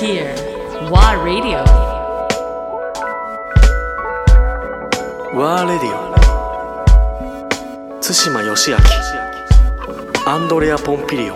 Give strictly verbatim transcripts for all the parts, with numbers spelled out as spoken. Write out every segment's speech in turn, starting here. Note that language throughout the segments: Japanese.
here. WA Radio. WA Radio。対馬義明、アンドレア・ポンピリオン。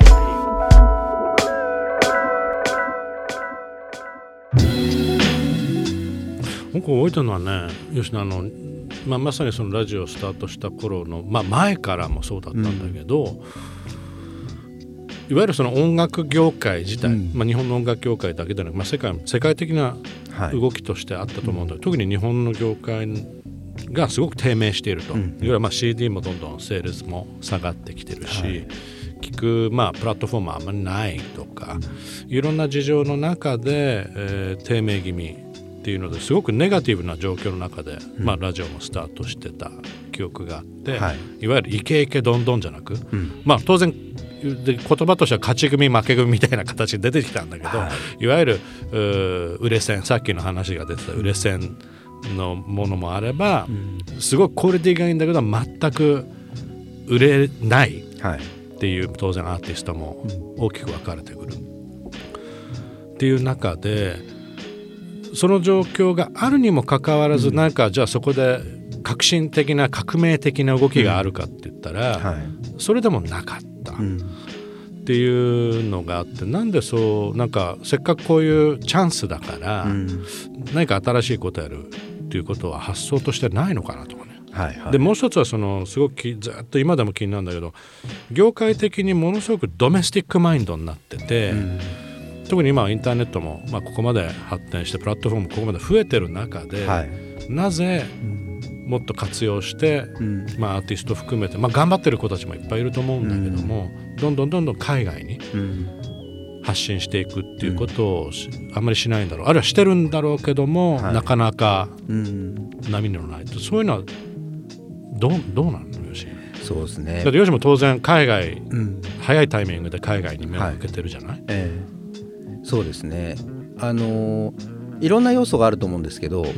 僕覚えてるのはね、吉野あの、まあ、まさにそのラジオをスタートした頃の、まあ、前からもそうだったんだけど、うん、いわゆるその音楽業界自体、うんまあ、日本の音楽業界だけでなく、まあ、世界、世界的な動きとしてあったと思うんだけど、はい、特に日本の業界がすごく低迷していると、うん、いわゆるまあ シーディー もどんどんセールスも下がってきてるし、はい、聞くまあプラットフォームはあんまりないとか、うん、いろんな事情の中で、えー、低迷気味っていうのですごくネガティブな状況の中で、うんまあ、ラジオもスタートしてた記憶があって、はい、いわゆるイケイケどんどんじゃなく、うんまあ、当然で言葉としては勝ち組負け組みたいな形で出てきたんだけど、はい、いわゆる売れ線、さっきの話が出てた売れ線のものもあれば、うん、すごくクオリティがいいんだけど全く売れないっていう、はい、当然アーティストも大きく分かれてくる、うん、っていう中でその状況があるにもかかわらず、うん、なんかじゃあそこで革新的な革命的な動きがあるかって言ったら、うんはい、それでもなかった、うん、っていうのがあって、なんでそうなんかせっかくこういうチャンスだから、うん、何か新しいことやるっていうことは発想としてないのかなとかね、はいはい、でもう一つはそのすごくずっと今でも気になるんだけど、業界的にものすごくドメスティックマインドになってて、うん特に今はインターネットも、まあ、ここまで発展してプラットフォームもここまで増えてる中で、はい、なぜもっと活用して、うんまあ、アーティスト含めて、まあ、頑張ってる子たちもいっぱいいると思うんだけども、うん、どんどんどんどん海外に発信していくっていうことをあんまりしないんだろう、あるいはしてるんだろうけども、はい、なかなか波のないと、そういうのはどう、どうなのよし。 そうですね。 だってよしも当然海外、うん、早いタイミングで海外に目を向けてるじゃない、はいええそうですね、あのいろんな要素があると思うんですけど、うん、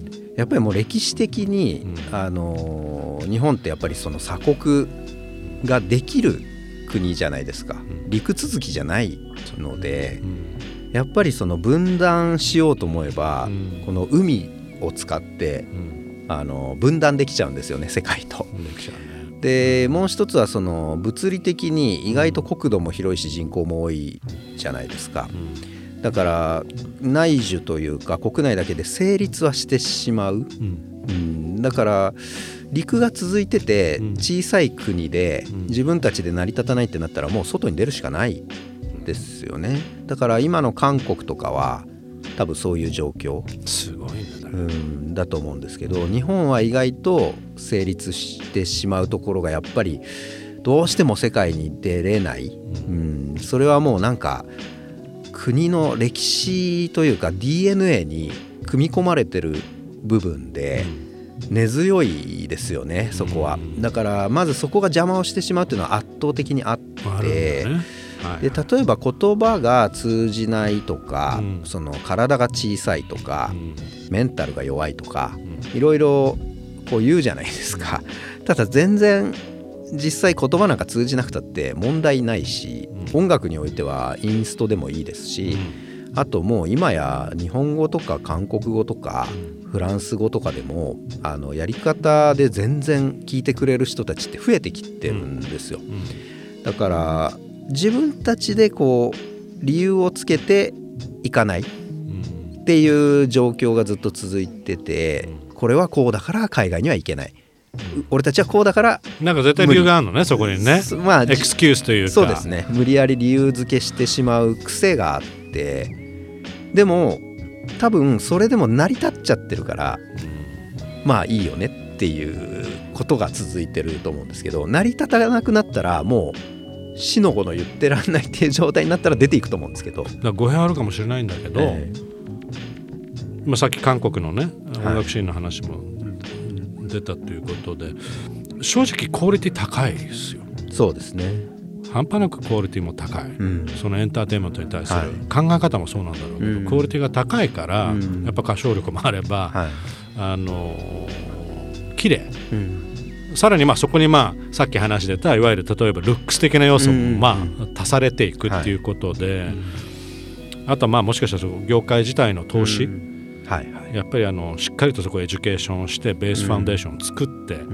やっぱりもう歴史的に、うん、あの日本ってやっぱりその鎖国ができる国じゃないですか、うん、陸続きじゃないので、うん、やっぱりその分断しようと思えば、うん、この海を使って、うん、あの分断できちゃうんですよね、世界と。でもう一つはその物理的に意外と国土も広いし人口も多いじゃないですか、うん、だから内需というか国内だけで成立はしてしまう、うんうん、だから陸が続いてて小さい国で自分たちで成り立たないってなったらもう外に出るしかないですよね。だから今の韓国とかは多分そういう状況すごいんだ、ねうん、だと思うんですけど、日本は意外と成立してしまうところがやっぱりどうしても世界に出れない、うんうん、それはもうなんか国の歴史というか ディーエヌエー に組み込まれてる部分で根強いですよね、そこは。だからまずそこが邪魔をしてしまうというのは圧倒的にあって、で例えば言葉が通じないとか、うん、その体が小さいとか、うん、メンタルが弱いとか、うん、いろいろこう言うじゃないですか。ただ全然実際言葉なんか通じなくたって問題ないし、うん、音楽においてはインストでもいいですし、うん、あともう今や日本語とか韓国語とか、うん、フランス語とかでもあのやり方で全然聞いてくれる人たちって増えてきてるんですよ、うんうん、だから自分たちでこう理由をつけていかないっていう状況がずっと続いてて、これはこうだから海外には行けない、俺たちはこうだからなんか絶対理由があるのね、そこにね、まあ、エクスキューズというか。 そうですね、無理やり理由付けしてしまう癖があって、でも多分それでも成り立っちゃってるから、うん、まあいいよねっていうことが続いてると思うんですけど、成り立たなくなったらもう死の子の言ってらんないっていう状態になったら出ていくと思うんですけど、だから語弊あるかもしれないんだけど、えーまあ、さっき韓国のね音楽シーンの話も出たということで、はい、正直クオリティ高いですよ。 そうですね、 半端なくクオリティも高い、うん、そのエンターテインメントに対する考え方もそうなんだろうけど、うん、クオリティが高いから、うん、やっぱ歌唱力もあれば、はい、あの綺麗、うんさらにまあそこにまあさっき話出たいわゆる例えばルックス的な要素もまあ足されていくっていうことで、 あとはまあもしかしたらその業界自体の投資、 うんはいはい、 やっぱりあのしっかりとそこエデュケーションをしてベースファウンデーションを作って、うん、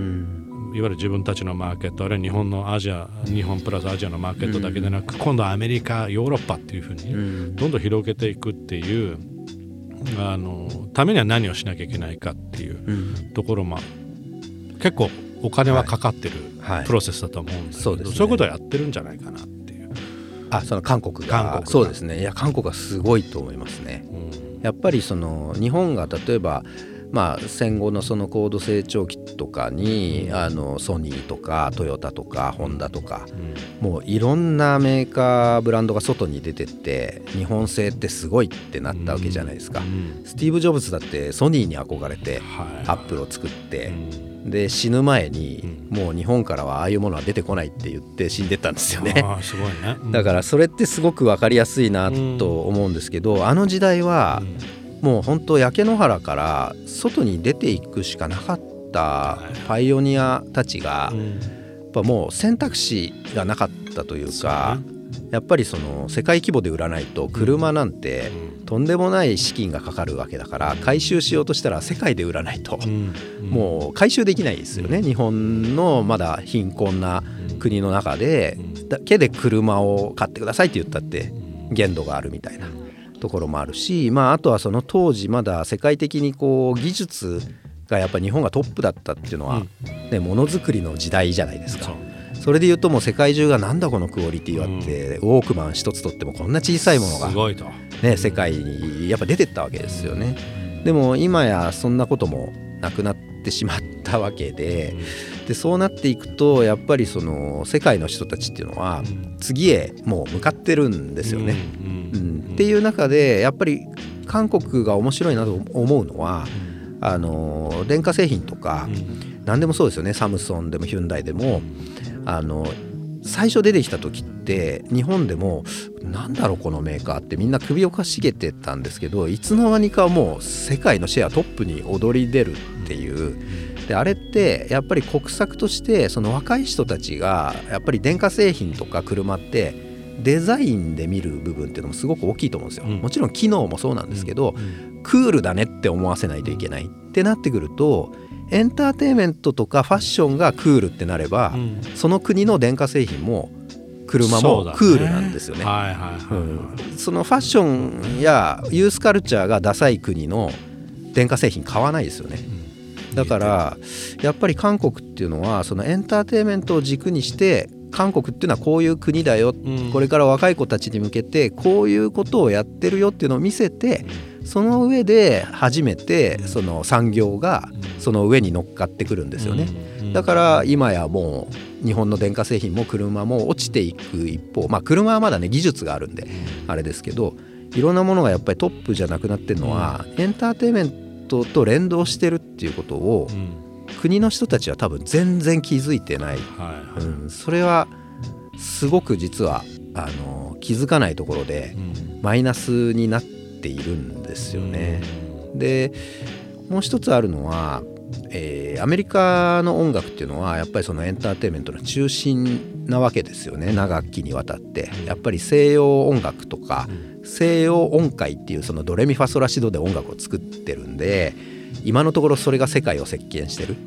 いわゆる自分たちのマーケットあるいは日本のアジア日本プラスアジアのマーケットだけでなく、うん、今度はアメリカヨーロッパっていうふうにどんどん広げていくっていう、あのためには何をしなきゃいけないかっていうところも結構お金はかかってるプロセスだと思うんですけど、はいはい そうですね、そういうことをやってるんじゃないかなっていう。 あ、その韓国が韓国がそうですね。いや韓国はすごいと思いますね、うん、やっぱりその日本が例えばまあ、戦後のその高度成長期とかにあのソニーとかトヨタとかホンダとか、うん、もういろんなメーカーブランドが外に出てって日本製ってすごいってなったわけじゃないですか、うん、スティーブ・ジョブズだってソニーに憧れてアップルを作って、はいで死ぬ前にもう日本からはああいうものは出てこないって言って死んでったんですよね。 あ、すごいね、うん、 だからそれってすごく分かりやすいなと思うんですけど、うん、あの時代はもう本当焼け野原から外に出ていくしかなかったパイオニアたちがやっぱもう選択肢がなかったというか、やっぱりその世界規模で売らないと車なんてとんでもない資金がかかるわけだから回収しようとしたら世界で売らないともう回収できないですよね。日本のまだ貧困な国の中でだけで車を買ってくださいって言ったって限度があるみたいなところもあるし、まあ、あとはその当時まだ世界的にこう技術がやっぱ日本がトップだったっていうのは、ね、ものづくりの時代じゃないですか。それで言うともう世界中がなんだこのクオリティはって、うん、ウォークマン一つとってもこんな小さいものが、ね、世界にやっぱ出てったわけですよね。でも今やそんなこともなくなってしまったわけで、でそうなっていくとやっぱりその世界の人たちっていうのは次へもう向かってるんですよね、うんうん、っていう中でやっぱり韓国が面白いなと思うのはあの電化製品とか何でもそうですよね。サムソンでもヒュンダイでもあの最初出てきた時って日本でもなんだろうこのメーカーってみんな首をかしげてたんですけど、いつの間にかもう世界のシェアトップに躍り出るっていう。であれってやっぱり国策としてその若い人たちがやっぱり電化製品とか車ってデザインで見る部分っていうのもすごく大きいと思うんですよ。もちろん機能もそうなんですけど、クールだねって思わせないといけないってなってくるとエンターテインメントとかファッションがクールってなれば、うん、その国の電化製品も車もクールなんですよね。そのファッションやユースカルチャーがダサい国の電化製品買わないですよね、うん、だからやっぱり韓国っていうのはそのエンターテインメントを軸にして韓国っていうのはこういう国だよ、うん、これから若い子たちに向けてこういうことをやってるよっていうのを見せて、その上で初めてその産業がその上に乗っかってくるんですよね。だから今やもう日本の電化製品も車も落ちていく一方、まあ車はまだね技術があるんであれですけど、いろんなものがやっぱりトップじゃなくなってるのはエンターテインメントと連動してるっていうことを国の人たちは多分全然気づいてない、はいはい、うん、それはすごく実はあの気づかないところでマイナスになっているんですよね。でもう一つあるのは、えー、アメリカの音楽っていうのはやっぱりそのエンターテインメントの中心なわけですよね。長きにわたってやっぱり西洋音楽とか西洋音階っていうそのドレミファソラシドで音楽を作ってるんで、今のところそれが世界を席巻してる、うん、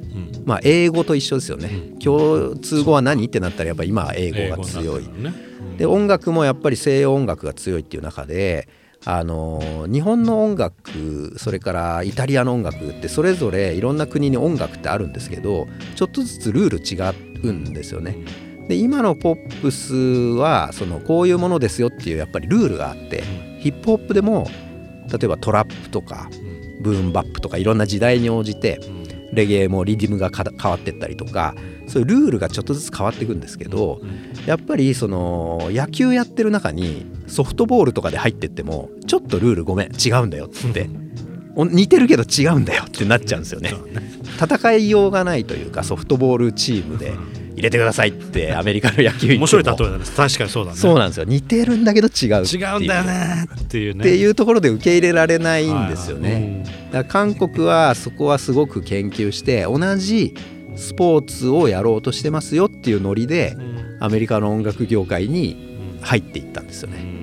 まあ英語と一緒ですよね、うん、共通語は何ってなったらやっぱり今は英語が強い、ね、うん、で音楽もやっぱり西洋音楽が強いっていう中で、あの日本の音楽それからイタリアの音楽ってそれぞれいろんな国に音楽ってあるんですけど、ちょっとずつルール違うんですよね。で今のポップスはそのこういうものですよっていうやっぱりルールがあって、ヒップホップでも例えばトラップとかブーンバップとかいろんな時代に応じてレゲエもリディムが変わってったりとか、そういうルールがちょっとずつ変わっていくんですけど、やっぱりその野球やってる中にソフトボールとかで入ってってもちょっとルールごめん違うんだよって似てるけど違うんだよってなっちゃうんですよね。戦いようがないというか、ソフトボールチームで入れてくださいってアメリカの野球面白い例えだね。確かにそうだね。 そうなんですよ。似てるんだけど違うっていう違うんだよねっていうねっていうところで受け入れられないんですよね。だから韓国はそこはすごく研究して同じスポーツをやろうとしてますよっていうノリでアメリカの音楽業界に入っていったんですよね。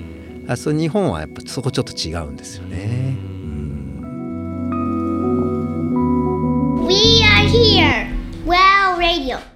あそう日本はやっぱそこちょっと違うんですよね。 We are here. Wow Radio.